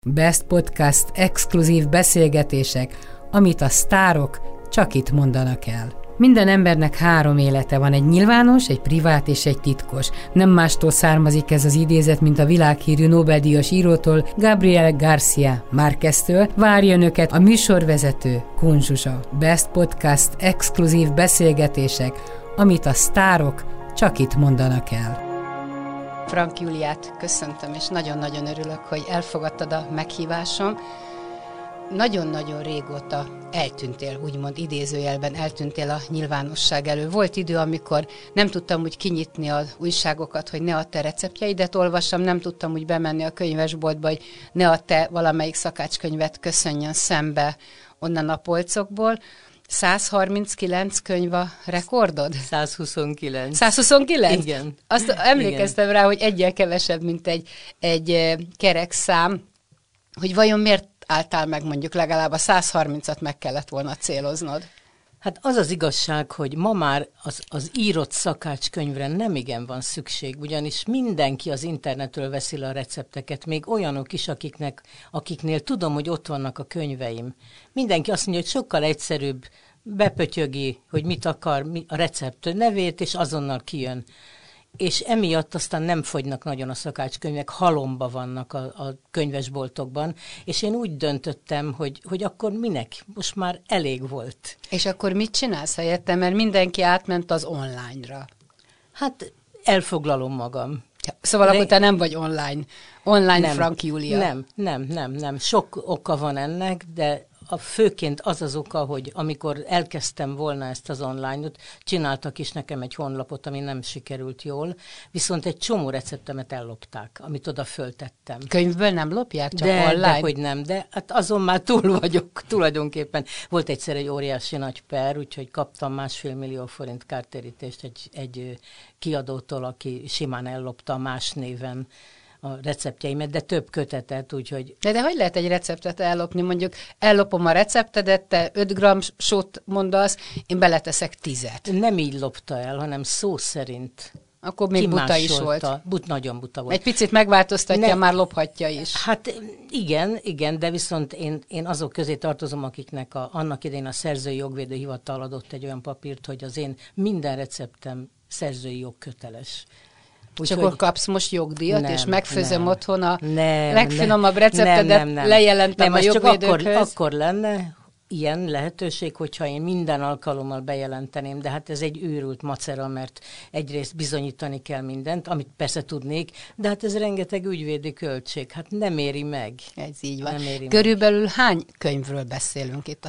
Best Podcast exkluzív beszélgetések, amit a sztárok csak itt mondanak el. Minden embernek 3 élete van, egy nyilvános, egy privát és egy titkos. Nem mástól származik ez az idézet, mint a világhírű Nobel-díjas írótól, Gabriel García Márqueztől. Várja önöket a műsorvezető, Kun Zsuzsa. Best Podcast exkluzív beszélgetések, amit a sztárok csak itt mondanak el. Frank Júliát köszöntöm, és nagyon-nagyon örülök, hogy elfogadtad a meghívásom. Nagyon-nagyon régóta eltűntél, úgymond idézőjelben eltűntél a nyilvánosság elől. Volt idő, amikor nem tudtam úgy kinyitni az újságokat, hogy ne a te receptjeidet olvassam, nem tudtam úgy bemenni a könyvesboltba, hogy ne a te valamelyik szakácskönyvet köszönjön szembe onnan a polcokból. 139 könyv a rekordod? 129. 129? Igen. Azt emlékeztem rá, hogy egyel kevesebb, mint egy kerek szám, hogy vajon miért álltál meg, mondjuk legalább a 130-at meg kellett volna céloznod? Hát az az igazság, hogy ma már az írott szakácskönyvre nem igen van szükség, ugyanis mindenki az internetről veszi le a recepteket, még olyanok is, akiknél tudom, hogy ott vannak a könyveim. Mindenki azt mondja, hogy sokkal egyszerűbb, bepötyögi, hogy mit akar, a recept nevét, és azonnal kijön. És emiatt aztán nem fogynak nagyon a szakácskönyvek, halomba vannak a könyvesboltokban, és én úgy döntöttem, hogy akkor minek? Most már elég volt. És akkor mit csinálsz helyette? Mert mindenki átment az online-ra. Hát elfoglalom magam. Ja, szóval akkor te nem vagy online nem, Frank Júlia. Nem. Sok oka van ennek, de főként az az oka, hogy amikor elkezdtem volna ezt az online-ot, csináltak is nekem egy honlapot, ami nem sikerült jól, viszont egy csomó receptemet ellopták, amit oda föltettem. Könyvből nem lopják, csak online? Dehogy nem, de hát azon már túl vagyok tulajdonképpen. Volt egyszer egy óriási nagy per, úgyhogy kaptam 1,5 millió forint kártérítést egy kiadótól, aki simán ellopta más néven a receptjeimet, de több kötetet, úgyhogy... De hogy lehet egy receptet ellopni? Mondjuk ellopom a receptedet, te 5 g sót mondasz, én beleteszek 10. Nem így lopta el, hanem szó szerint. Akkor még buta is volt. Nagyon buta volt. Egy picit megváltoztatja, már lophatja is. Hát igen, de viszont én azok közé tartozom, akiknek annak idején a szerzői jogvédő hivatal adott egy olyan papírt, hogy az én minden receptem szerzői jogköteles. És akkor kapsz most jogdíjat, és megfőzöm otthon a legfinomabb receptedet, lejelentem a jogvédőkhöz. Akkor lenne ilyen lehetőség, hogyha én minden alkalommal bejelenteném, de hát ez egy őrült macera, mert egyrészt bizonyítani kell mindent, amit persze tudnék, de hát ez rengeteg ügyvédi költség, hát nem éri meg. Ez így van. Körülbelül hány könyvről beszélünk itt a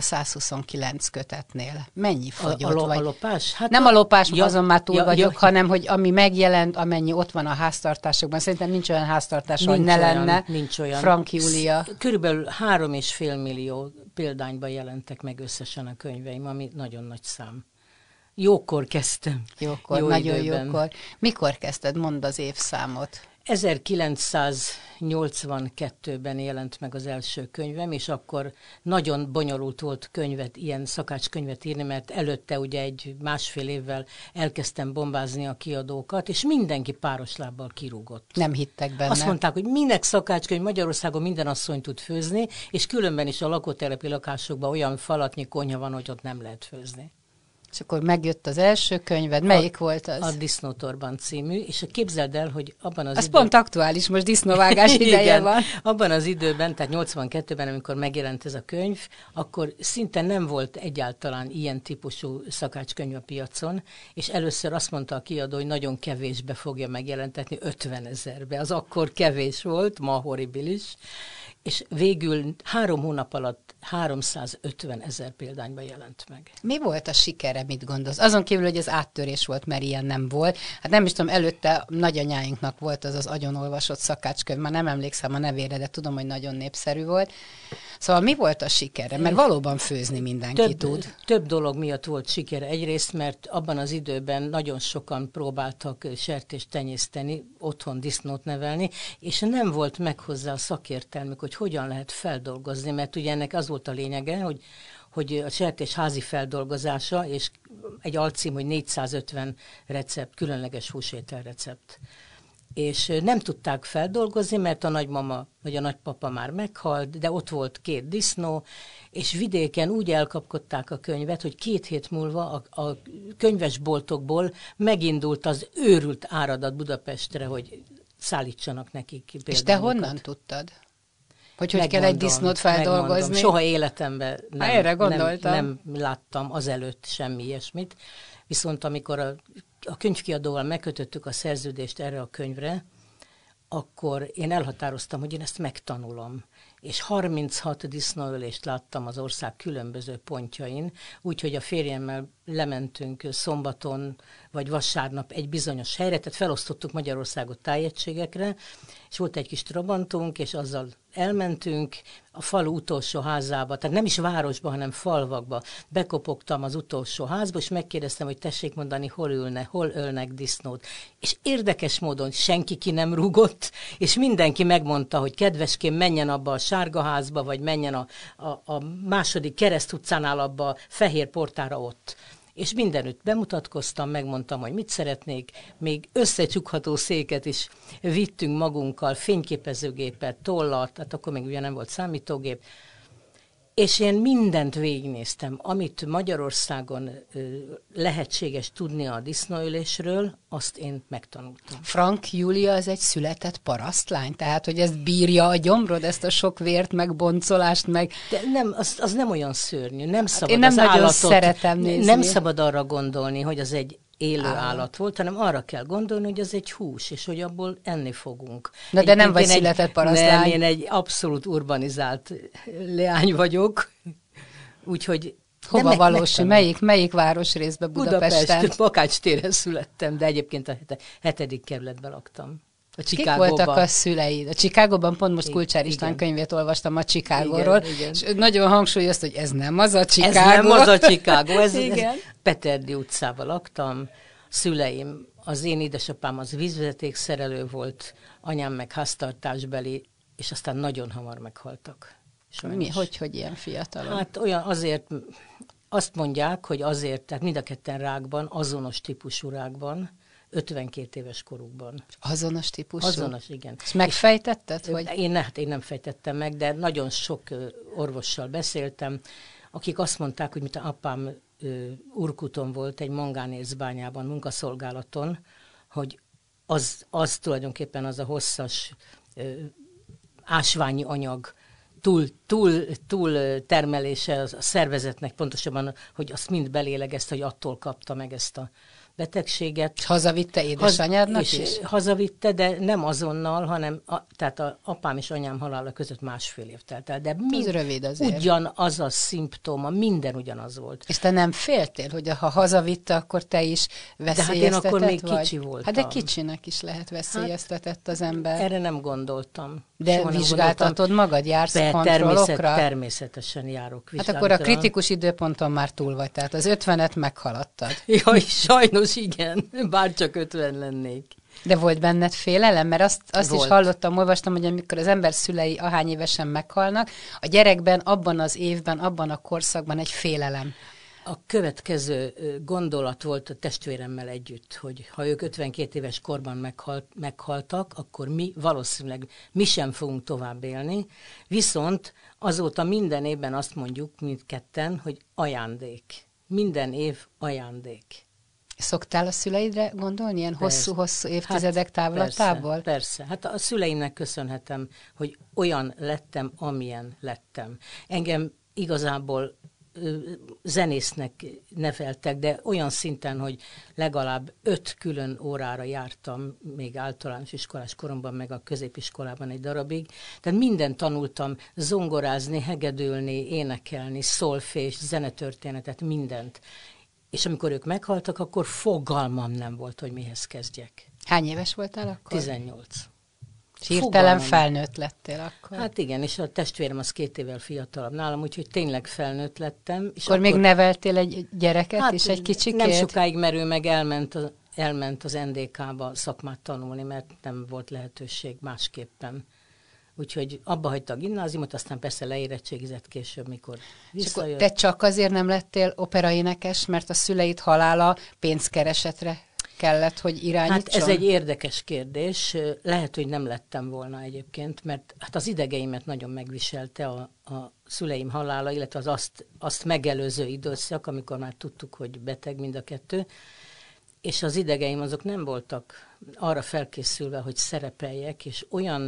129 kötetnél? Mennyi fogyott? A lopás? Hát nem a lopás, azon már túl vagyok, hanem hogy ami megjelent, amennyi ott van a háztartásokban. Szerintem nincs olyan háztartás, hogy ne lenne. Nincs olyan. Frank Júlia. Körülbelül 3,5 millió példányban jelentek meg összesen a könyveim, ami nagyon nagy szám. Jókor kezdtem. Nagyon jókor. Mikor kezdted? Mondd az évszámot. 1982-ben jelent meg az első könyvem, és akkor nagyon bonyolult volt ilyen szakácskönyvet írni, mert előtte ugye egy 1,5 évvel elkezdtem bombázni a kiadókat, és mindenki páros lábbal kirúgott. Nem hittek benne. Azt mondták, hogy minek szakácskönyv, Magyarországon minden asszony tud főzni, és különben is a lakótelepi lakásokban olyan falatnyi konyha van, hogy ott nem lehet főzni. És akkor megjött az első könyved. Melyik volt az? A Disznótorban című, és képzeld el, hogy abban az időben... pont aktuális, most disznóvágás ideje van. Abban az időben, tehát 82-ben, amikor megjelent ez a könyv, akkor szinte nem volt egyáltalán ilyen típusú szakácskönyv a piacon, és először azt mondta a kiadó, hogy nagyon kevésbe fogja megjelentetni, 50 000-be. Az akkor kevés volt, ma horribilis, és végül 3 hónap alatt 350 000 példányban jelent meg. Mi volt a sikere, mit gondolsz? Azon kívül, hogy ez áttörés volt, mert ilyen nem volt. Hát nem is tudom, előtte nagyanyáinknak volt az agyonolvasott szakácskönyv, már nem emlékszem a nevére, de tudom, hogy nagyon népszerű volt. Szóval mi volt a sikere? Mert valóban főzni mindenki tud. Több dolog miatt volt sikere. Egyrészt, mert abban az időben nagyon sokan próbáltak sertést tenyészteni, otthon disznót nevelni, és nem volt meg hozzá a szakértelmük, hogy hogyan lehet feldolgozni, mert ugye ennek az volt a lényege, hogy a sertés házi feldolgozása, és egy alcím, hogy 450 recept, különleges húsétel recept. és nem tudták feldolgozni, mert a nagymama vagy a nagypapa már meghalt, de ott volt 2 disznó, és vidéken úgy elkapkodták a könyvet, hogy 2 hét múlva a könyvesboltokból megindult az őrült áradat Budapestre, hogy szállítsanak nekik példányokat. És te honnan tudtad? Hogy kell egy disznót feldolgozni? Megmondom. Soha életemben nem láttam azelőtt semmi ilyesmit. Viszont amikor a könyvkiadóval megkötöttük a szerződést erre a könyvre, akkor én elhatároztam, hogy én ezt megtanulom. És 36 disznóölést láttam az ország különböző pontjain, úgyhogy a férjemmel lementünk szombaton vagy vasárnap egy bizonyos helyre, tehát felosztottuk Magyarországot tájegységekre, és volt egy kis trabantunk, és azzal elmentünk a falu utolsó házába, tehát nem is városba, hanem falvakba. Bekopogtam az utolsó házba, és megkérdeztem, hogy tessék mondani, hol ölnek disznót. És érdekes módon senki ki nem rúgott, és mindenki megmondta, hogy kedveském menjen abba a sárga házba, vagy menjen a második Kereszt utcánál abba a fehér portára ott. És mindenütt bemutatkoztam, megmondtam, hogy mit szeretnék, még összecsukható széket is vittünk magunkkal, fényképezőgépet, tollat, tehát akkor még ugye nem volt számítógép, és én mindent végignéztem, amit Magyarországon lehetséges tudni a disznóölésről, azt én megtanultam. Frank Júlia az egy született parasztlány, tehát hogy ezt bírja a gyomrod, ezt a sok vért, meg boncolást, meg... De nem, az nem olyan szörnyű, nem szabad én nem az nagyon állatot, szeretem nézni. Nem szabad arra gondolni, hogy az egy élő állat volt, hanem arra kell gondolni, hogy az egy hús, és hogy abból enni fogunk. Na de nem vagy született parasztlány. Nem, én egy abszolút urbanizált leány vagyok, úgyhogy... Hova valósul? Melyik városrészbe Budapesten? Budapest, Bakács téren születtem, de egyébként a 7. kerületben laktam. Kik voltak a szüleid? A Chicagóban pont most Kulcsár István könyvét olvastam a Chicagóról, és nagyon hangsúlyozta, hogy ez nem az a Chicago. Ez nem az a Chicago, ez Peterdi utcában laktam, szüleim, az én édesapám az vízvezetékszerelő volt, anyám meg háztartásbeli, és aztán nagyon hamar meghaltak. Mi? Hogy ilyen fiatalon? Hát olyan azért, azt mondják, hogy azért, tehát mind a ketten rákban, azonos típusú rákban, 52 éves korukban. Azonos típusú? Azonos, igen. És megfejtetted? Hogy... Én nem fejtettem meg, de nagyon sok orvossal beszéltem, akik azt mondták, hogy mint apám Urkuton volt egy mangánészbányában, munkaszolgálaton, hogy az tulajdonképpen az a hosszas ásványi anyag túl termelése a szervezetnek, pontosabban, hogy azt mind belélegezte, hogy attól kapta meg ezt a betegséget. Hazavitte édesanyádnak is? Hazavitte, de nem azonnal, hanem tehát a apám és anyám halála között 1,5 év telt el. De rövid azért. Ugyanaz a szimptóma, minden ugyanaz volt. És te nem féltél, hogy ha hazavitte, akkor te is veszélyeztetett de hát én akkor még vagy? Kicsi voltam. Hát de kicsinek is lehet veszélyeztetett az ember. Erre nem gondoltam. De vizsgáltatod magad? Jársz kontrollokra? Természetesen járok vizsgálatra. Hát akkor a kritikus időponton már túl vagy, tehát az 50-et meghaladtad. Jaj, sajnos igen, bárcsak 50 lennék. De volt benned félelem? Mert azt is hallottam, olvastam, hogy amikor az ember szülei ahány évesen meghalnak, a gyerekben abban az évben, abban a korszakban egy félelem. A következő gondolat volt a testvéremmel együtt, hogy ha ők 52 éves korban meghaltak, akkor mi valószínűleg sem fogunk tovább élni, viszont azóta minden évben azt mondjuk mindketten, hogy ajándék. Minden év ajándék. Szoktál a szüleidre gondolni, ilyen hosszú-hosszú évtizedek távlatából? Persze. Hát a szüleimnek köszönhetem, hogy olyan lettem, amilyen lettem. Engem igazából zenésznek neveltek, de olyan szinten, hogy legalább 5 külön órára jártam, még általános iskolás koromban, meg a középiskolában egy darabig. Tehát mindent tanultam, zongorázni, hegedülni, énekelni, szolfés, zenetörténetet, mindent. És amikor ők meghaltak, akkor fogalmam nem volt, hogy mihez kezdjek. Hány éves voltál akkor? 18. Hirtelen felnőtt lettél akkor. Hát igen, és a testvérem az 2 évvel fiatalabb nálam, úgyhogy tényleg felnőtt lettem. És akkor még neveltél egy gyereket is, egy kicsikét? Nem sokáig, mert ő meg elment az NDK-ba szakmát tanulni, mert nem volt lehetőség másképpen. Úgyhogy abba hagyta a gimnáziumot, aztán persze leérettségizett később, mikor visszajött. Te csak azért nem lettél operaénekes, mert a szüleid halála pénzkeresetre kellett, hogy irányítson? Hát ez egy érdekes kérdés. Lehet, hogy nem lettem volna egyébként, mert hát az idegeimet nagyon megviselte a szüleim halála, illetve az azt megelőző időszak, amikor már tudtuk, hogy beteg mind a kettő, és az idegeim azok nem voltak arra felkészülve, hogy szerepeljek, és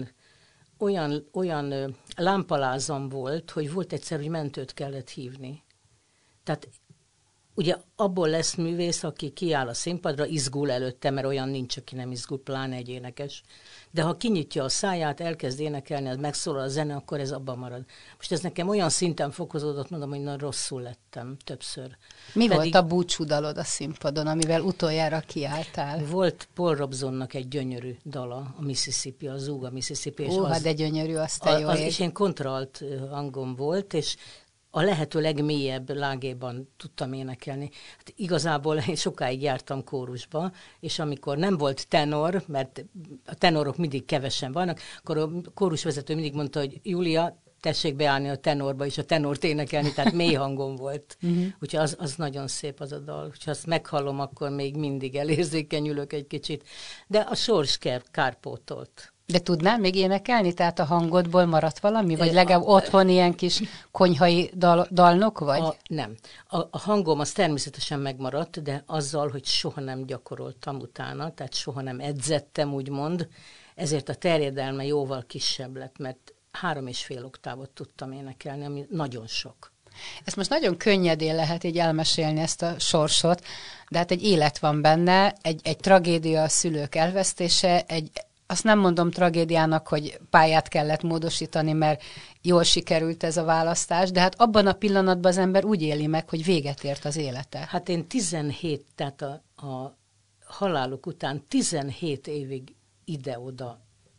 olyan lámpalázam volt, hogy volt egyszer, hogy mentőt kellett hívni. Tehát ugye abból lesz művész, aki kiáll a színpadra, izgul előtte, mert olyan nincs, aki nem izgul, pláne egy énekes. De ha kinyitja a száját, elkezd énekelni, az megszólal a zene, akkor ez abban marad. Most ez nekem olyan szinten fokozódott, mondom, hogy nagyon rosszul lettem többször. Mi volt a búcsúdalod a színpadon, amivel utoljára kiálltál? Volt Paul Robsonnak egy gyönyörű dala, a Mississippi, a Zúga Mississippi. De gyönyörű, azt te jó és én kontraalt hangom volt, és a lehető legmélyebb lágéban tudtam énekelni. Hát igazából én sokáig jártam kórusba, és amikor nem volt tenor, mert a tenorok mindig kevesen vannak, akkor a kórusvezető mindig mondta, hogy Júlia, tessék beállni a tenorba, és a tenort énekelni, tehát mély hangom volt. Úgyhogy az nagyon szép az a dal. Úgyhogy azt meghallom, akkor még mindig elérzékenyülök egy kicsit. De a sors kárpótolt. De tudnál még énekelni? Tehát a hangodból maradt valami? Vagy legalább otthon ilyen kis konyhai dalnok vagy? Nem. A hangom az természetesen megmaradt, de azzal, hogy soha nem gyakoroltam utána, tehát soha nem edzettem, úgymond, ezért a terjedelme jóval kisebb lett, mert 3,5 oktávot tudtam énekelni, ami nagyon sok. Ezt most nagyon könnyedén lehet így elmesélni, ezt a sorsot, de hát egy élet van benne, egy tragédia, a szülők elvesztése, azt nem mondom tragédiának, hogy pályát kellett módosítani, mert jól sikerült ez a választás, de hát abban a pillanatban az ember úgy éli meg, hogy véget ért az élete. Hát én 17, tehát a haláluk után 17 évig ide-oda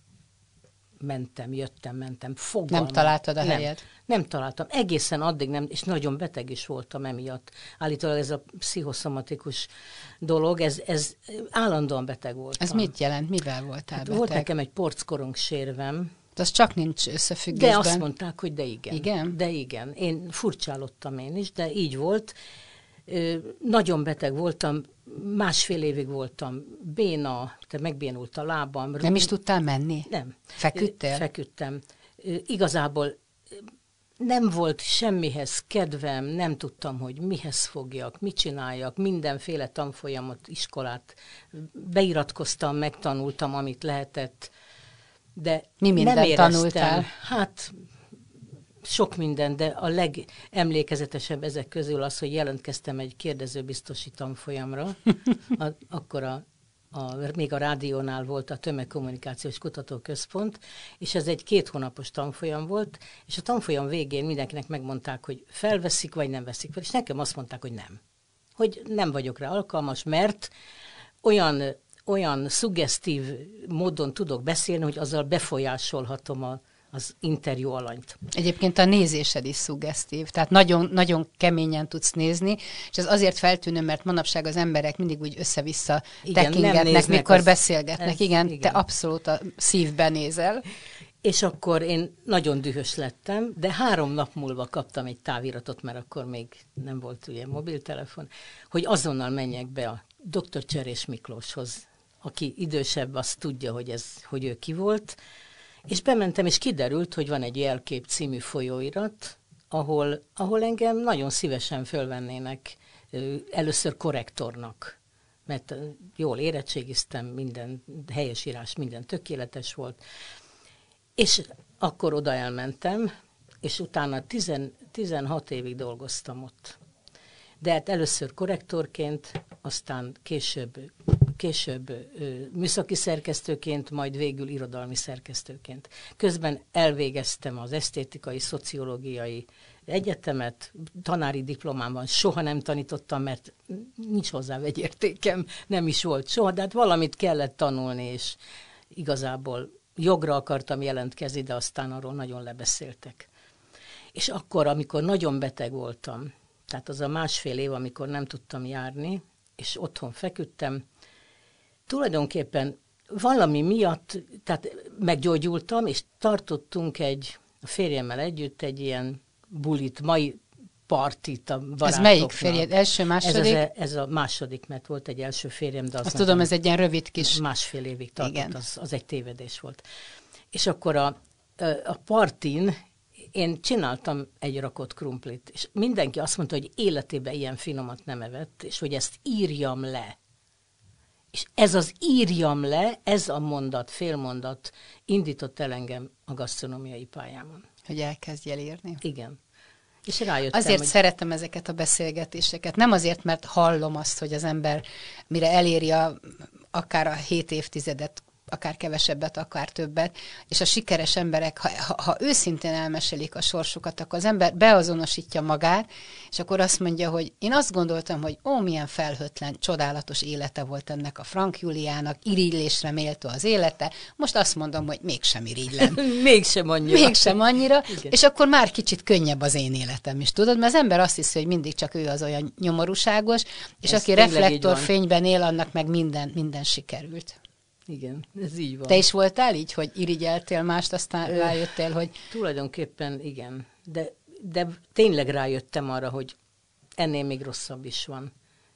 mentem, fogalmam. Nem találtad a helyet? Nem találtam. Egészen addig nem, és nagyon beteg is voltam emiatt. Állítólag ez a pszichoszomatikus dolog, ez állandóan beteg voltam. Ez mit jelent? Mivel voltál beteg? Volt nekem egy porckorong-sérvem. De az csak nincs összefüggésben. De azt mondták, hogy de igen. Igen? De igen. Én furcsálottam én is, de így volt. Nagyon beteg voltam, 1,5 évig voltam béna, tehát megbénult a lábam. Nem is tudtál menni? Nem. Feküdtél? Feküdtem. Igazából nem volt semmihez kedvem, nem tudtam, hogy mihez fogjak, mit csináljak, mindenféle tanfolyamot, iskolát beiratkoztam, megtanultam, amit lehetett, de mi mindent nem éreztem. Tanultál? Hát sok minden, de a legemlékezetesebb ezek közül az, hogy jelentkeztem egy kérdezőbiztosi tanfolyamra, akkor még a rádiónál volt a Tömegkommunikációs Kutatóközpont, és ez egy 2 hónapos tanfolyam volt, és a tanfolyam végén mindenkinek megmondták, hogy felveszik, vagy nem veszik fel, és nekem azt mondták, hogy nem. Hogy nem vagyok rá alkalmas, mert olyan szuggesztív módon tudok beszélni, hogy azzal befolyásolhatom az interjú alanyt. Egyébként a nézésed is szuggesztív, tehát nagyon, nagyon keményen tudsz nézni, és ez azért feltűnő, mert manapság az emberek mindig úgy össze-vissza tekingetnek, mikor beszélgetnek. Igen, te abszolút a szívben nézel. És akkor én nagyon dühös lettem, de 3 nap múlva kaptam egy táviratot, mert akkor még nem volt ugye mobiltelefon, hogy azonnal menjek be a dr. Cserés Miklóshoz, aki idősebb, azt tudja, hogy ő ki volt, és bementem, és kiderült, hogy van egy Jelkép című folyóirat, ahol engem nagyon szívesen fölvennének először korrektornak, mert jól érettségiztem, minden helyesírás, minden tökéletes volt. És akkor oda elmentem, és utána 16 évig dolgoztam ott. De hát először korrektorként, aztán később műszaki szerkesztőként, majd végül irodalmi szerkesztőként. Közben elvégeztem az esztétikai, szociológiai egyetemet, tanári diplomám van, soha nem tanítottam, mert nincs hozzá vegyértékem, nem is volt soha, de hát valamit kellett tanulni, és igazából jogra akartam jelentkezni, de aztán arról nagyon lebeszéltek. És akkor, amikor nagyon beteg voltam, tehát az a 1,5 év, amikor nem tudtam járni, és otthon feküdtem, tulajdonképpen valami miatt, tehát meggyógyultam, és tartottunk a férjemmel együtt egy ilyen bulit, mai partit a barátoknak. Ez melyik férjed? Első, második? Ez a második, mert volt egy első férjem, de azt tudom, ez egy ilyen rövid kis... Másfél évig tartott, az egy tévedés volt. És akkor a partin én csináltam egy rakott krumplit, és mindenki azt mondta, hogy életében ilyen finomat nem evett, és hogy ezt írjam le. És ez az írjam le, ez a mondat, félmondat indított el engem a gasztronómiai pályámon. Hogy elkezdjél írni? Igen. És rájöttem, azért szeretem ezeket a beszélgetéseket. Nem azért, mert hallom azt, hogy az ember mire eléri akár a 7 évtizedet, akár kevesebbet, akár többet, és a sikeres emberek, ha őszintén elmesélik a sorsukat, akkor az ember beazonosítja magát, és akkor azt mondja, hogy én azt gondoltam, hogy milyen felhőtlen, csodálatos élete volt ennek a Frank Júliának, irigylésre méltó az élete, most azt mondom, hogy mégsem irigylem. Mégsem annyira. Mégsem annyira, és akkor már kicsit könnyebb az én életem is, tudod? Mert az ember azt hiszi, hogy mindig csak ő az olyan nyomorúságos, és aki reflektorfényben él, annak meg minden sikerült. Igen, ez így van. Te is voltál így, hogy irigyeltél mást, aztán rájöttél, hogy... Tulajdonképpen igen, de tényleg rájöttem arra, hogy ennél még rosszabb is van.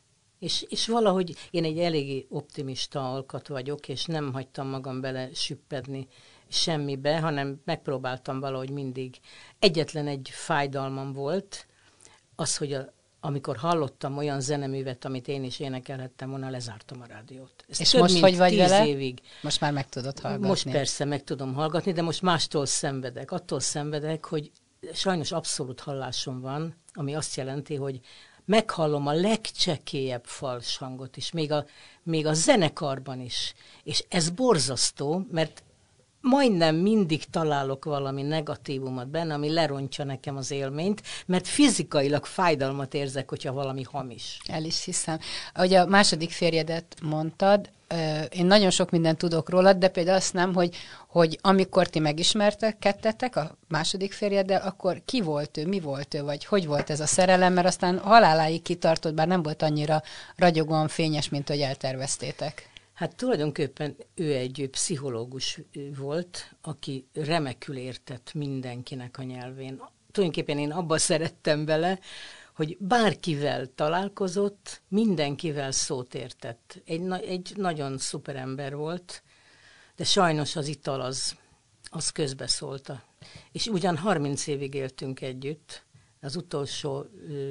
És valahogy én egy eléggé optimista alkat vagyok, és nem hagytam magam bele süppedni semmibe, hanem megpróbáltam valahogy mindig. Egyetlen egy fájdalmam volt, az, hogy amikor hallottam olyan zeneművet, amit én is énekelhettem volna, lezártam a rádiót. Ez és most hogy vagy 10 vele? Évig. Most már meg tudod hallgatni. Most persze meg tudom hallgatni, de most mástól szenvedek. Attól szenvedek, hogy sajnos abszolút hallásom van, ami azt jelenti, hogy meghallom a legcsekélyebb fals hangot is, még a zenekarban is. És ez borzasztó, mert majdnem mindig találok valami negatívumot benne, ami lerontja nekem az élményt, mert fizikailag fájdalmat érzek, hogyha valami hamis. El is hiszem. Ahogy a második férjedet mondtad, én nagyon sok mindent tudok rólad, de például azt nem, hogy amikor ti megismerkedtetek a második férjeddel, akkor ki volt ő, mi volt ő, vagy hogy volt ez a szerelem, mert aztán haláláig kitartott, bár nem volt annyira ragyogóan fényes, mint hogy elterveztétek. Hát tulajdonképpen ő egy pszichológus volt, aki remekül értett mindenkinek a nyelvén. Tulajdonképpen én abba szerettem vele, hogy bárkivel találkozott, mindenkivel szót értett. Egy nagyon szuper ember volt, de sajnos az ital az közbeszólta. És ugyan 30 évig éltünk együtt, az utolsó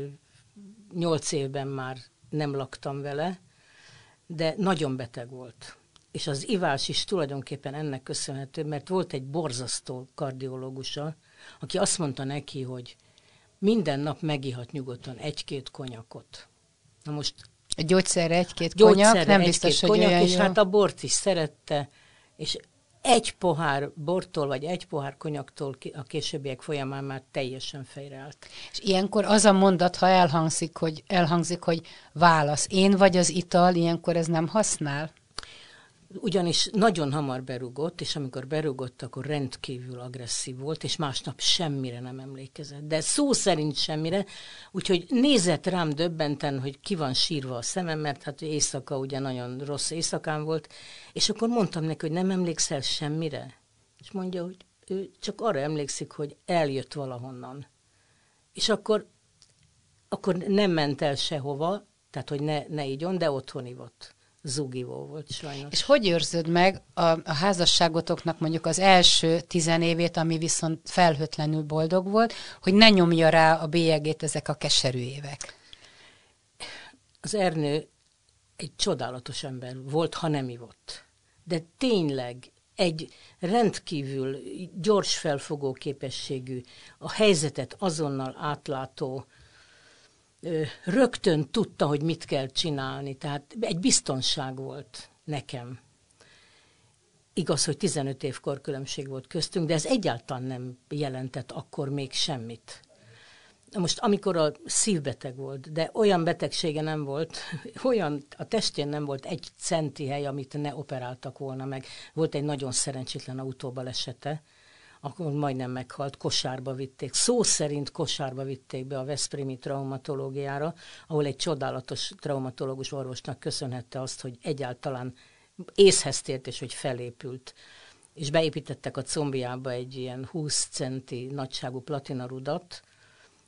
8 évben már nem laktam vele, de nagyon beteg volt. És az ivás is tulajdonképpen ennek köszönhető, mert volt egy borzasztó kardiológusa, aki azt mondta neki, hogy minden nap megihat nyugodtan 1-2 konyakot. Na most... A gyógyszerre 1-2 konyak, nem biztos, hogy olyan és jó. hát a bort is szerette, és 1 pohár bortól, vagy 1 pohár konyaktól a későbbiek folyamán már teljesen fejreállt. És ilyenkor az a mondat, ha elhangzik, hogy válasz, én vagy az ital, ilyenkor ez nem használ? Ugyanis nagyon hamar berugott, és amikor berugott, akkor rendkívül agresszív volt, és másnap semmire nem emlékezett. De szó szerint semmire, úgyhogy nézett rám döbbenten, hogy ki van sírva a szemem, mert hát éjszaka ugye nagyon rossz éjszakán volt, és akkor mondtam neki, hogy nem emlékszel semmire? És mondja, hogy ő csak arra emlékszik, hogy eljött valahonnan. És akkor nem ment el sehova, tehát hogy ne igyon, de otthon ivott. Zugivó volt sajnos. És hogy őrzöd meg a házasságotoknak mondjuk az első 10 évét, ami viszont felhőtlenül boldog volt, hogy ne nyomja rá a bélyegét ezek a keserű évek? Az Ernő egy csodálatos ember volt, ha nem ivott. De tényleg egy rendkívül gyors felfogó képességű, a helyzetet azonnal átlátó, rögtön tudta, hogy mit kell csinálni, tehát egy biztonság volt nekem. Igaz, hogy 15 év korkülönbség volt köztünk, de ez egyáltalán nem jelentett akkor még semmit. Most, amikor a szívbeteg volt, de olyan betegsége nem volt, olyan a testén nem volt 1 centi hely, amit ne operáltak volna meg. Volt egy nagyon szerencsétlen autóbalesete, akkor majdnem meghalt, kosárba vitték. Szó szerint kosárba vitték be a veszprémi traumatológiára, ahol egy csodálatos traumatológus orvosnak köszönhette azt, hogy egyáltalán észhez tért, és hogy felépült. És beépítettek a combjába egy ilyen 20 centi nagyságú platinarudat,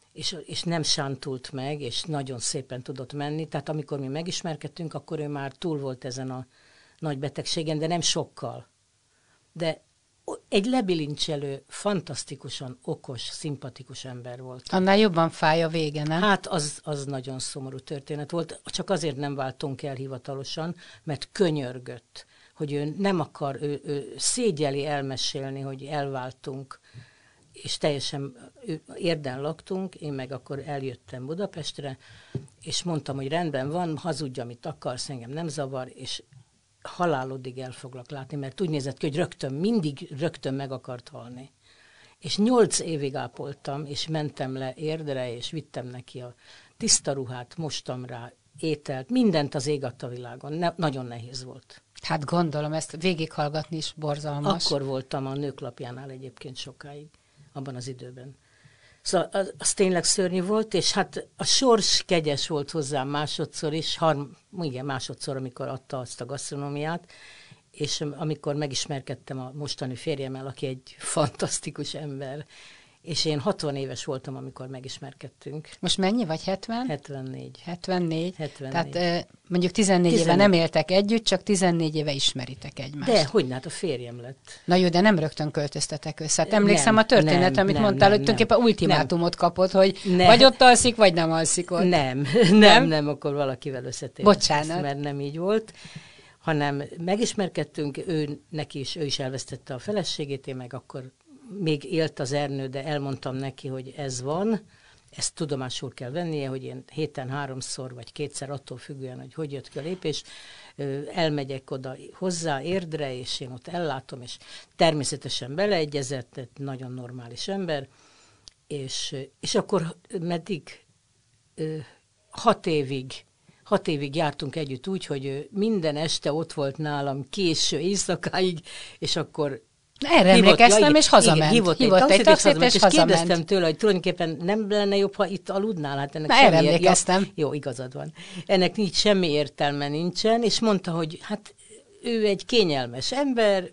és nem sántult meg, és nagyon szépen tudott menni. Tehát amikor mi megismerkedtünk, akkor ő már túl volt ezen a nagy betegségen, de nem sokkal. De egy lebilincselő, fantasztikusan okos, szimpatikus ember volt. Annál jobban fáj a vége, nem? Hát az nagyon szomorú történet volt. Csak azért nem váltunk el hivatalosan, mert könyörgött, hogy ő nem akar, ő szégyeli elmesélni, hogy elváltunk, és teljesen Érden laktunk, én meg akkor eljöttem Budapestre, és mondtam, hogy rendben van, hazudj, amit akarsz, engem nem zavar, és halálodig el foglak látni, mert úgy nézett ki, hogy mindig rögtön meg akart halni. És 8 évig ápoltam, és mentem le Érdre, és vittem neki a tiszta ruhát, mostam rá, ételt, mindent az ég adta világon. Nagyon nehéz volt. Hát gondolom, ezt végighallgatni is borzalmas. Akkor voltam a Nőklapjánál egyébként sokáig, abban az időben. Szóval az tényleg szörnyű volt, és hát a sors kegyes volt hozzám másodszor is, másodszor, amikor adta azt a gasztronómiát, és amikor megismerkedtem a mostani férjemmel, aki egy fantasztikus ember, és én 60 éves voltam, amikor megismerkedtünk. Most mennyi vagy, 70? 74. 74? 74. Tehát mondjuk 14 éve nem éltek együtt, csak 14 éve ismeritek egymást. De, hogyne, hát a férjem lett. Na jó, de nem rögtön költöztetek össze. Hát emlékszem a történet, amit mondtál, hogy tulajdonképpen ultimátumot kapott, hogy vagy ott alszik, vagy nem alszik ott. Nem, akkor valakivel összetértünk. Bocsánat. Mert nem így volt, hanem megismerkedtünk, ő is elvesztette a feleségét, én meg akkor még élt az Ernő, de elmondtam neki, hogy ez van, ezt tudomásul kell vennie, hogy én héten 3-szor vagy 2-szer attól függően, hogy jött ki a lépés, elmegyek oda hozzá Érdre, és én ott ellátom, és természetesen beleegyezett, egy nagyon normális ember, és akkor meddig 6 évig jártunk együtt úgy, hogy ő minden este ott volt nálam késő éjszakáig, és akkor erre emlékeztem, és hazament. Hívott egy taxit, és kérdeztem tőle, hogy tulajdonképpen nem lenne jobb, ha itt aludnál? Hát ennek erre emlékeztem. Jó, igazad van. Ennek nincs semmi értelme nincsen, és mondta, hogy hát ő egy kényelmes ember,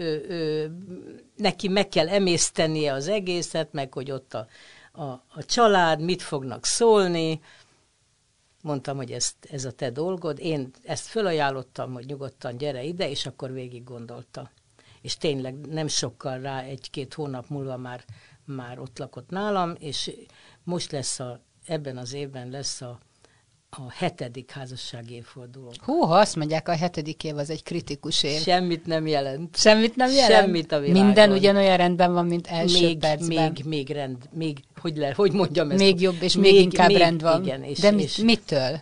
neki meg kell emésztenie az egészet, meg hogy ott a család, mit fognak szólni. Mondtam, hogy ez a te dolgod. Én ezt fölajánlottam, hogy nyugodtan gyere ide, és akkor végig gondolta. És tényleg nem sokkal rá, 1-2 hónap múlva már ott lakott nálam, és most ebben az évben lesz a 7. házassági évforduló. Húha, azt mondják, a 7. év az egy kritikus év. Semmit nem jelent. Semmit nem jelent? Semmit a világon. Minden ugyanolyan rendben van, mint első percben. Még hogy mondjam ezt? Még jobb, és még inkább rend van. Igen, de mitől?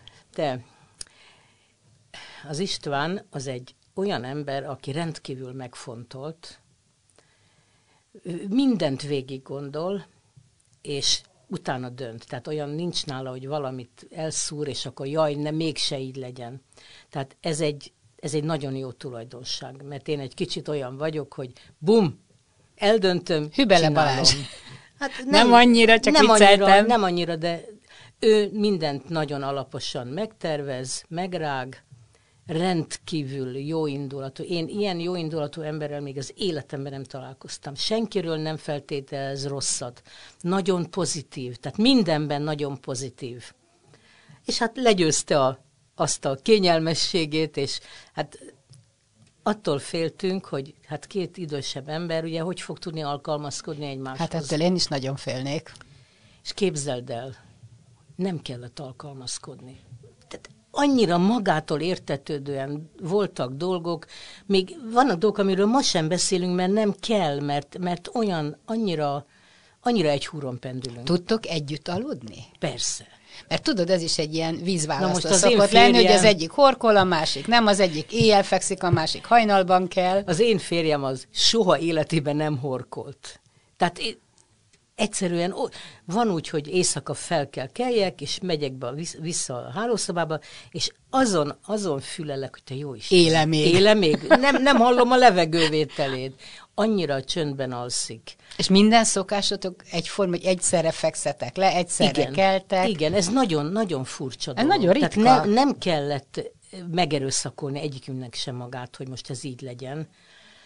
Az István az egy olyan ember, aki rendkívül megfontolt, mindent végig gondol, és utána dönt. Tehát olyan nincs nála, hogy valamit elszúr, és akkor jaj, mégse így legyen. Tehát ez egy nagyon jó tulajdonság, mert én egy kicsit olyan vagyok, hogy bum, eldöntöm, Hübele Balázs. Hát nem annyira, csak vicceltem. Nem annyira, de ő mindent nagyon alaposan megtervez, megrág, rendkívül jóindulatú. Én ilyen jóindulatú emberrel még az életemben nem találkoztam. Senkiről nem feltételez rosszat. Nagyon pozitív, tehát mindenben nagyon pozitív. És hát legyőzte azt a kényelmességét, és hát attól féltünk, hogy hát 2 idősebb ember, ugye, hogy fog tudni alkalmazkodni egymáshoz. Hát ettől én is nagyon félnék. És képzeld el, nem kellett alkalmazkodni. Tehát annyira magától értetődően voltak dolgok, még vannak dolgok, amiről ma sem beszélünk, mert nem kell, mert olyan, annyira egy húron pendülünk. Tudtok együtt aludni? Persze. Mert tudod, ez is egy ilyen vízválasztó szokott lenni, hogy az egyik horkol, a másik nem, az egyik éjjel fekszik, a másik hajnalban kell. Az én férjem az soha életében nem horkolt. Tehát egyszerűen van úgy, hogy éjszaka fel kell keljek, és megyek be vissza a hálószobába, és azon fülelek, hogy te jó Isten. Éle még. Nem hallom a levegővételét. Annyira csöndben alszik. És minden szokásotok egyforma, hogy egyszerre fekszetek le, egyszerre keltek. Igen, ez nagyon furcsa dolog. Ez nagyon ritka. Tehát nem kellett megerőszakolni egyikünknek sem magát, hogy most ez így legyen.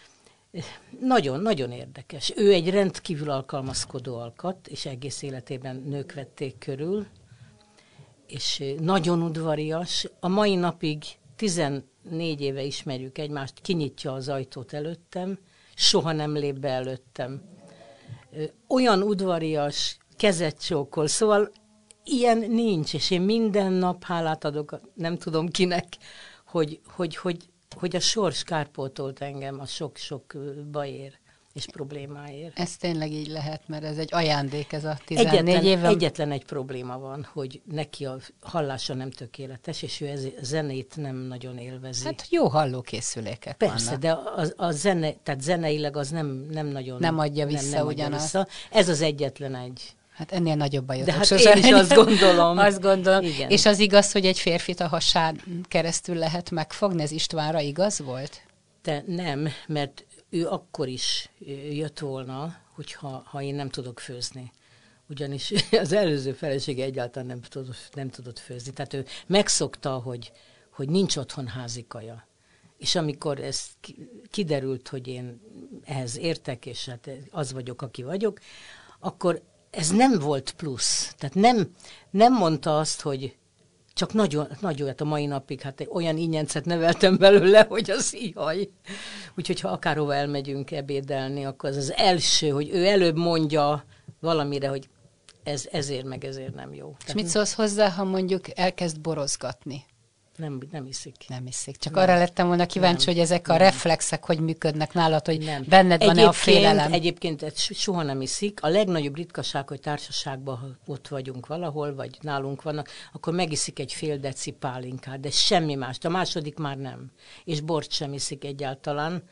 Nagyon érdekes. Ő egy rendkívül alkalmazkodó alkat, és egész életében nők vették körül, és nagyon udvarias. A mai napig 14 éve ismerjük egymást, kinyitja az ajtót előttem, soha nem lép be előttem. Olyan udvarias, kezet csókol, szóval ilyen nincs, és én minden nap hálát adok, nem tudom kinek, hogy a sors kárpótolt engem a sok-sok bajér és problémáért. Ez tényleg így lehet, mert ez egy ajándék, ez a 14 évem. Egyetlen egy probléma van, hogy neki a hallása nem tökéletes, és ő zenét nem nagyon élvezi. Hát jó hallókészülékek Persze, vannak. de a zene, tehát zeneileg az nem nagyon... Nem adja vissza nem ugyanazt. Adja vissza. Ez az egyetlen egy. Hát ennél nagyobb bajotok De hát sosem. én is azt gondolom. Azt gondolom. Igen. És az igaz, hogy egy férfit a hasán keresztül lehet megfogni? Ez Istvánra igaz volt? De nem, mert ő akkor is jött volna, ha én nem tudok főzni. Ugyanis az előző felesége egyáltalán nem tudott főzni. Tehát ő megszokta, hogy nincs otthon házikaja. És amikor ez kiderült, hogy én ehhez értek, és hát az vagyok, aki vagyok, akkor ez nem volt plusz. Tehát nem mondta azt, hogy csak nagyon, hát a mai napig hát olyan ingyencet neveltem belőle, hogy az ihaj. Úgyhogy ha akárhova elmegyünk ebédelni, akkor az első, hogy ő előbb mondja valamire, hogy ez ezért nem jó. És mit szólsz hozzá, ha mondjuk elkezd borozgatni? Nem hiszik. Nem hiszik. Csak Nem. arra lettem volna kíváncsi, Nem. hogy ezek a Nem. reflexek hogy működnek nálad, hogy Nem. benned van-e a félelem? Egyébként soha nem iszik. A legnagyobb ritkaság, hogy társaságban, ha ott vagyunk valahol, vagy nálunk vannak, akkor megiszik egy fél deci pálinkát, de semmi más. A második már nem. És bort sem iszik egyáltalán.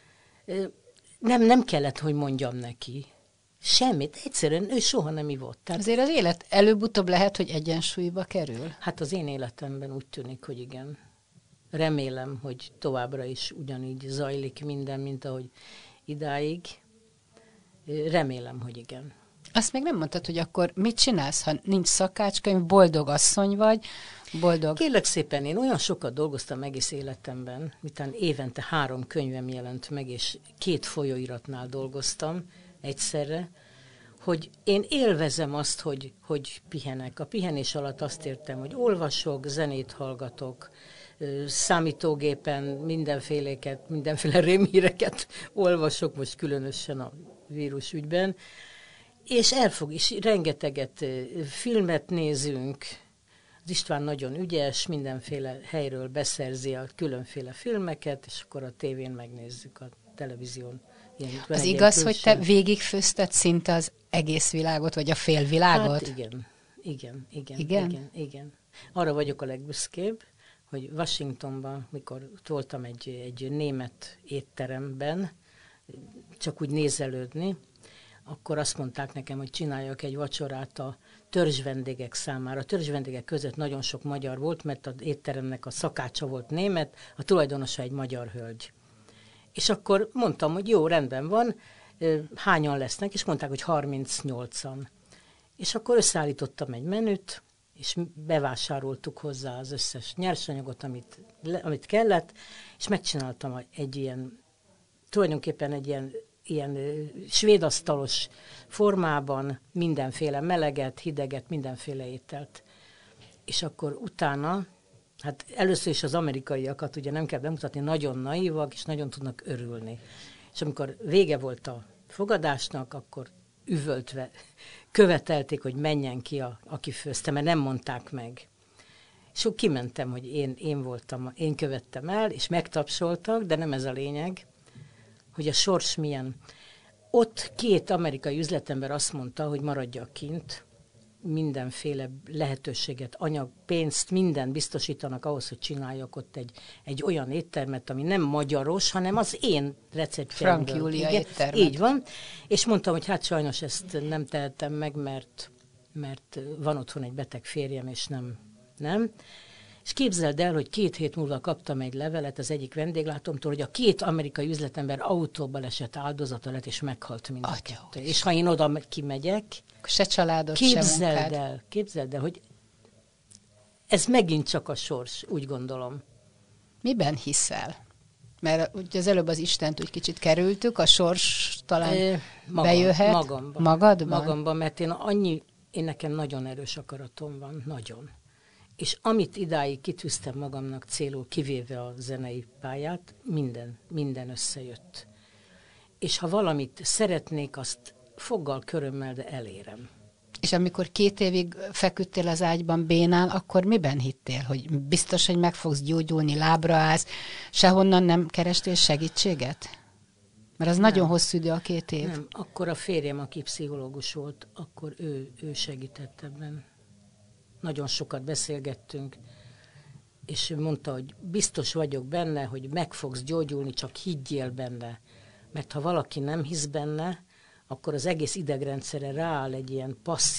Nem kellett, hogy mondjam neki. Semmit. Egyszerűen ő soha nem ivott. Tehát, Azért az élet előbb-utóbb lehet, hogy egyensúlyba kerül. hát az én életemben úgy tűnik, hogy igen. Remélem, hogy továbbra is ugyanígy zajlik minden, mint ahogy idáig. Remélem, hogy igen. Azt még nem mondtad, hogy akkor mit csinálsz, ha nincs szakácskönyv, boldog asszony vagy, boldog... Kérlek szépen, én olyan sokat dolgoztam egész életemben, miután évente 3 könyvem jelent meg, és 2 folyóiratnál dolgoztam egyszerre, hogy én élvezem azt, hogy pihenek. A pihenés alatt azt értem, hogy olvasok, zenét hallgatok, számítógépen mindenféle rémhíreket olvasok, most különösen a vírusügyben, és rengeteget filmet nézünk. Az István nagyon ügyes, mindenféle helyről beszerzi a különféle filmeket, és akkor a tévén megnézzük, a televízión. Az igaz, hogy te végigfőzted szinte az egész világot, vagy a félvilágot? Hát igen. Arra vagyok a legbüszkébb, hogy Washingtonban, mikor voltam egy német étteremben, csak úgy nézelődni, akkor azt mondták nekem, hogy csináljak egy vacsorát a törzsvendégek számára. A törzsvendégek között nagyon sok magyar volt, mert az étteremnek a szakácsa volt német, a tulajdonosa egy magyar hölgy. És akkor mondtam, hogy jó, rendben van, hányan lesznek, és mondták, hogy 38-an. És akkor összeállítottam egy menüt, és bevásároltuk hozzá az összes nyersanyagot, amit kellett, és megcsináltam tulajdonképpen egy ilyen svédasztalos formában mindenféle meleget, hideget, mindenféle ételt. És akkor utána, hát először is az amerikaiakat ugye nem kell bemutatni, nagyon naívak, és nagyon tudnak örülni. És amikor vége volt a fogadásnak, akkor üvöltve követelték, hogy menjen ki, aki főzte, mert nem mondták meg. És akkor kimentem, hogy én követtem el, és megtapsoltak, de nem ez a lényeg, hogy a sors milyen. Ott 2 amerikai üzletember azt mondta, hogy maradjak kint, mindenféle lehetőséget, anyag, pénzt, mindent biztosítanak ahhoz, hogy csináljak ott egy olyan éttermet, ami nem magyaros, hanem az én receptjeimből. Frank Júlia éttermet. Így van. És mondtam, hogy hát sajnos ezt nem tehetem meg, mert van otthon egy beteg férjem, és nem. És képzeld el, hogy 2 hét múlva kaptam egy levelet az egyik vendéglátómtól, hogy a 2 amerikai üzletember autóban esett áldozata lett, és meghalt mind a 2. És ha én oda kimegyek, se családod, se munkád. Képzeld el, hogy ez megint csak a sors, úgy gondolom. Miben hiszel? Mert ugye az előbb az Istent úgy kicsit kerültük, a sors talán bejöhet. Magadban? Magamban, mert én nekem nagyon erős akaratom van, nagyon. És amit idáig kitűztem magamnak célul, kivéve a zenei pályát, minden összejött. És ha valamit szeretnék, azt foggal, körömmel, de elérem. És amikor 2 évig feküdtél az ágyban bénán, akkor miben hittél? Hogy biztos, hogy meg fogsz gyógyulni, lábra állsz, sehonnan nem kerestél segítséget? Mert az nagyon hosszú idő, a 2 év. Nem, akkor a férjem, aki pszichológus volt, akkor ő segített ebben. Nagyon sokat beszélgettünk, és ő mondta, hogy biztos vagyok benne, hogy meg fogsz gyógyulni, csak higgyél benne. Mert ha valaki nem hisz benne, akkor az egész idegrendszere rááll egy ilyen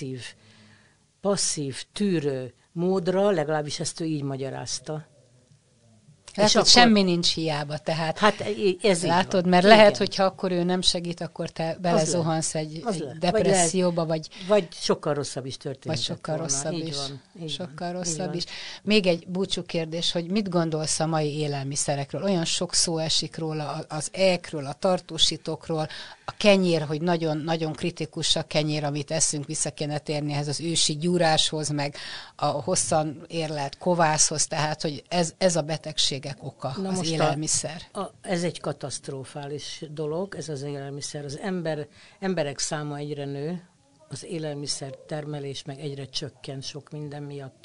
passzív, tűrő módra, legalábbis ezt ő így magyarázta. Lehet, hogy semmi nincs hiába, tehát hát ez látod, mert igen. Lehet, hogyha akkor ő nem segít, akkor te belezuhansz egy depresszióba, vagy sokkal rosszabb is történik. Vagy sokkal volna. Rosszabb így is. Van, sokkal rosszabb is. Még egy búcsú kérdés, hogy mit gondolsz a mai élelmiszerekről? Olyan sok szó esik róla, az ékről, a tartósítókról, a kenyér, hogy nagyon kritikus a kenyér, amit eszünk, vissza kéne térni ehhez az ősi gyúráshoz, meg a hosszan érlelt kovászhoz, tehát, hogy ez a betegségek oka, na az élelmiszer. Ez egy katasztrofális dolog, ez az élelmiszer. Az emberek száma egyre nő, az élelmiszer termelés meg egyre csökken sok minden miatt.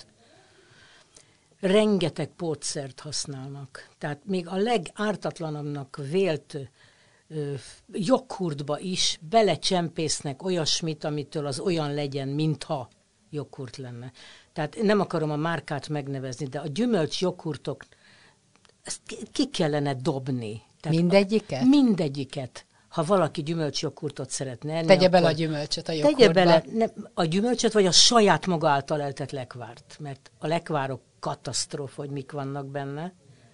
Rengeteg pótszert használnak. Tehát még a legártatlanabbnak vélt joghurtba is belecsempésznek olyasmit, amitől az olyan legyen, mintha joghurt lenne. Tehát nem akarom a márkát megnevezni, de a gyümölcs joghurtok, ezt ki kellene dobni. Tehát mindegyiket? Mindegyiket. Ha valaki gyümölcsjoghurtot szeretne enni, tegye bele a gyümölcsöt a joghurtba. Tegye bele a gyümölcsöt, vagy a saját maga által eltett lekvárt. Mert a lekvárok katasztrófa, hogy mik vannak benne.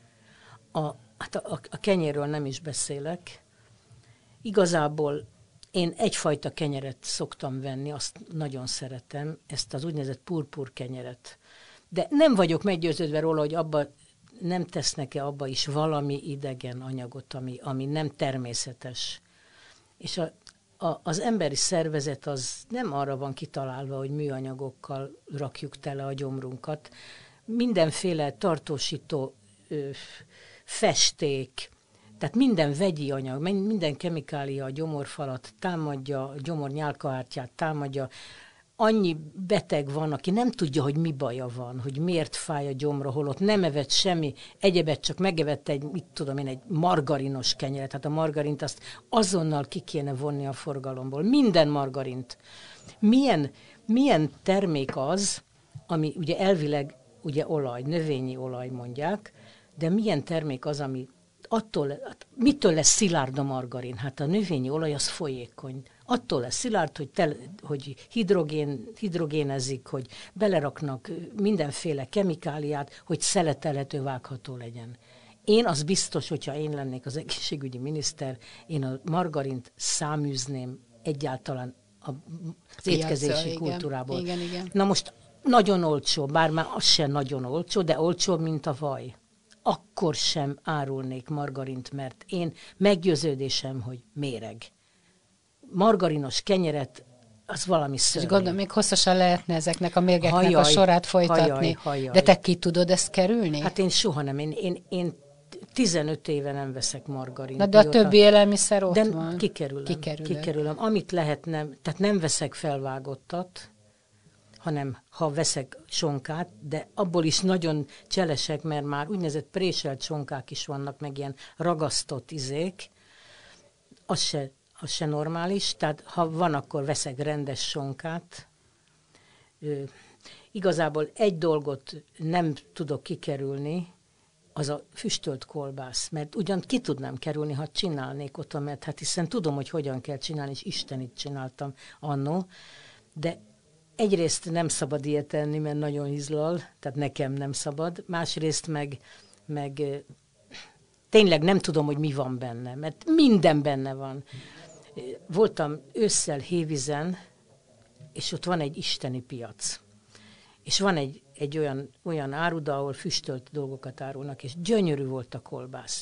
A kenyérről nem is beszélek. Igazából én egyfajta kenyeret szoktam venni, azt nagyon szeretem, ezt az úgynevezett purpur kenyeret. De nem vagyok meggyőződve róla, hogy abba nem tesznek-e abba is valami idegen anyagot, ami nem természetes. És az emberi szervezet az nem arra van kitalálva, hogy műanyagokkal rakjuk tele a gyomrunkat. Mindenféle tartósító festék, tehát minden vegyi anyag, minden kemikália a gyomorfalat támadja, a gyomor nyálkahártyát támadja. Annyi beteg van, aki nem tudja, hogy mi baja van, hogy miért fáj a gyomra, holott nem evett semmi egyebet, csak megevett egy margarinos kenyeret. Hát a margarint azt azonnal ki kéne vonni a forgalomból. Minden margarint. Milyen termék az, ami ugye elvileg ugye olaj, növényi olaj mondják, de milyen termék az, ami mitől lesz szilárd a margarin? Hát a növényi olaj az folyékony. Attól lesz szilárd, hogy hidrogénezik, hogy beleraknak mindenféle kemikáliát, hogy szeletelhető, vágható legyen. Én az biztos, hogyha én lennék az egészségügyi miniszter, én a margarint száműzném egyáltalán az étkezési kultúrából. Igen. Na most nagyon olcsó, bár már az sem nagyon olcsó, de olcsóbb, mint a vaj. Akkor sem árulnék margarint, mert én meggyőződésem, hogy méreg. Margarinos kenyeret, az valami szörnyű. És gondolom, még hosszasan lehetne ezeknek a mérgeknek a sorát folytatni. Hajjaj. De te ki tudod ezt kerülni? Hát én soha nem. Én 15 éve nem veszek margarint. Na de a többi élelmiszer ott van. Kikerülöm. Amit lehet, tehát nem veszek felvágottat, hanem ha veszek sonkát, de abból is nagyon cselesek, mert már úgynevezett préselt sonkák is vannak, meg ilyen ragasztott izék, az se normális, tehát ha van, akkor veszek rendes sonkát. Igazából egy dolgot nem tudok kikerülni, az a füstölt kolbász, mert ugyan ki tudnám kerülni, ha csinálnék otthon, mert hát hiszen tudom, hogy hogyan kell csinálni, és Istenit csináltam annó, de egyrészt nem szabad ilyet enni, mert nagyon hizlal, tehát nekem nem szabad, másrészt meg tényleg nem tudom, hogy mi van benne, mert minden benne van. Voltam ősszel Hévízen, és ott van egy isteni piac. És van egy olyan áruda, ahol füstölt dolgokat árulnak, és gyönyörű volt a kolbász.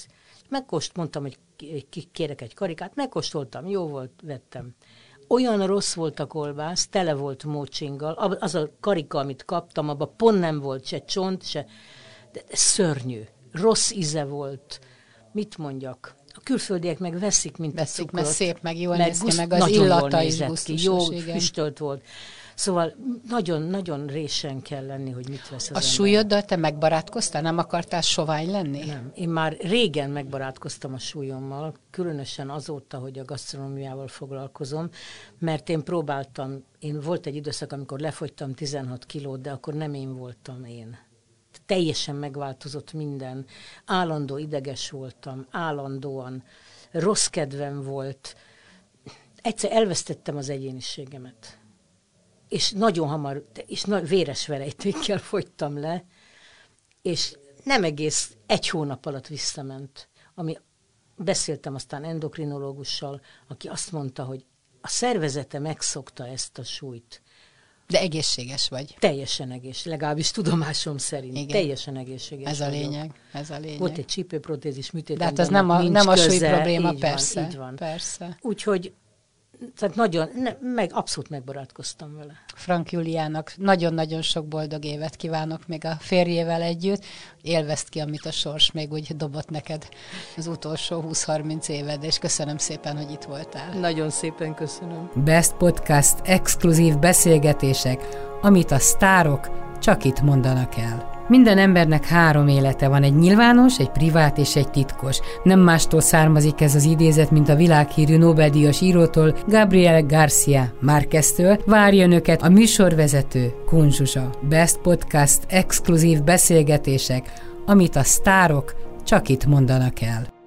mondtam, hogy kérek egy karikát, megkóstoltam, jó volt, vettem. Olyan rossz volt a kolbász, tele volt mócsinggal, az a karika, amit kaptam, abban pont nem volt se csont, se... De szörnyű, rossz íze volt. Mit mondjak? A külföldiek meg veszik, mint a cukrot. Mert szép, meg jól néz ki, meg az illata is gusztusos. Jó, füstölt volt. Szóval nagyon-nagyon résen kell lenni, hogy mit vesz az ember. Súlyoddal te megbarátkoztál? Nem akartál sovány lenni? Nem. Én már régen megbarátkoztam a súlyommal, különösen azóta, hogy a gasztronómiával foglalkozom, mert én volt egy időszak, amikor lefogytam 16 kilót, de akkor nem én voltam én. Teljesen megváltozott minden. Állandó ideges voltam, állandóan rossz kedvem volt. Egyszer elvesztettem az egyéniségemet. És nagyon hamar, és véres verejtékkel fogytam le, és nem egész 1 hónap alatt visszament. Beszéltem aztán endokrinológussal, aki azt mondta, hogy a szervezete megszokta ezt a súlyt. De egészséges vagy. Teljesen egészséges, legalábbis tudomásom szerint. Igen. Teljesen egészséges ez a lényeg, ez a lényeg. Volt egy csípőprotézis műtétem. De hát az nem a súly probléma, így persze. Van, így van. Persze. Úgyhogy tehát abszolút megbarátkoztam vele. Frank Júliának nagyon-nagyon sok boldog évet kívánok még a férjével együtt. Élvezd ki, amit a sors még úgy dobott neked az utolsó 20-30 éved, és köszönöm szépen, hogy itt voltál. Nagyon szépen köszönöm. Best Podcast exkluzív beszélgetések, amit a sztárok csak itt mondanak el. Minden embernek 3 élete van, egy nyilvános, egy privát és egy titkos. Nem mástól származik ez az idézet, mint a világhírű Nobel-díjas írótól, Gabriel García Márqueztől. Várja önöket a műsorvezető, Kun Zsuzsa. Best Podcast exkluzív beszélgetések, amit a sztárok csak itt mondanak el.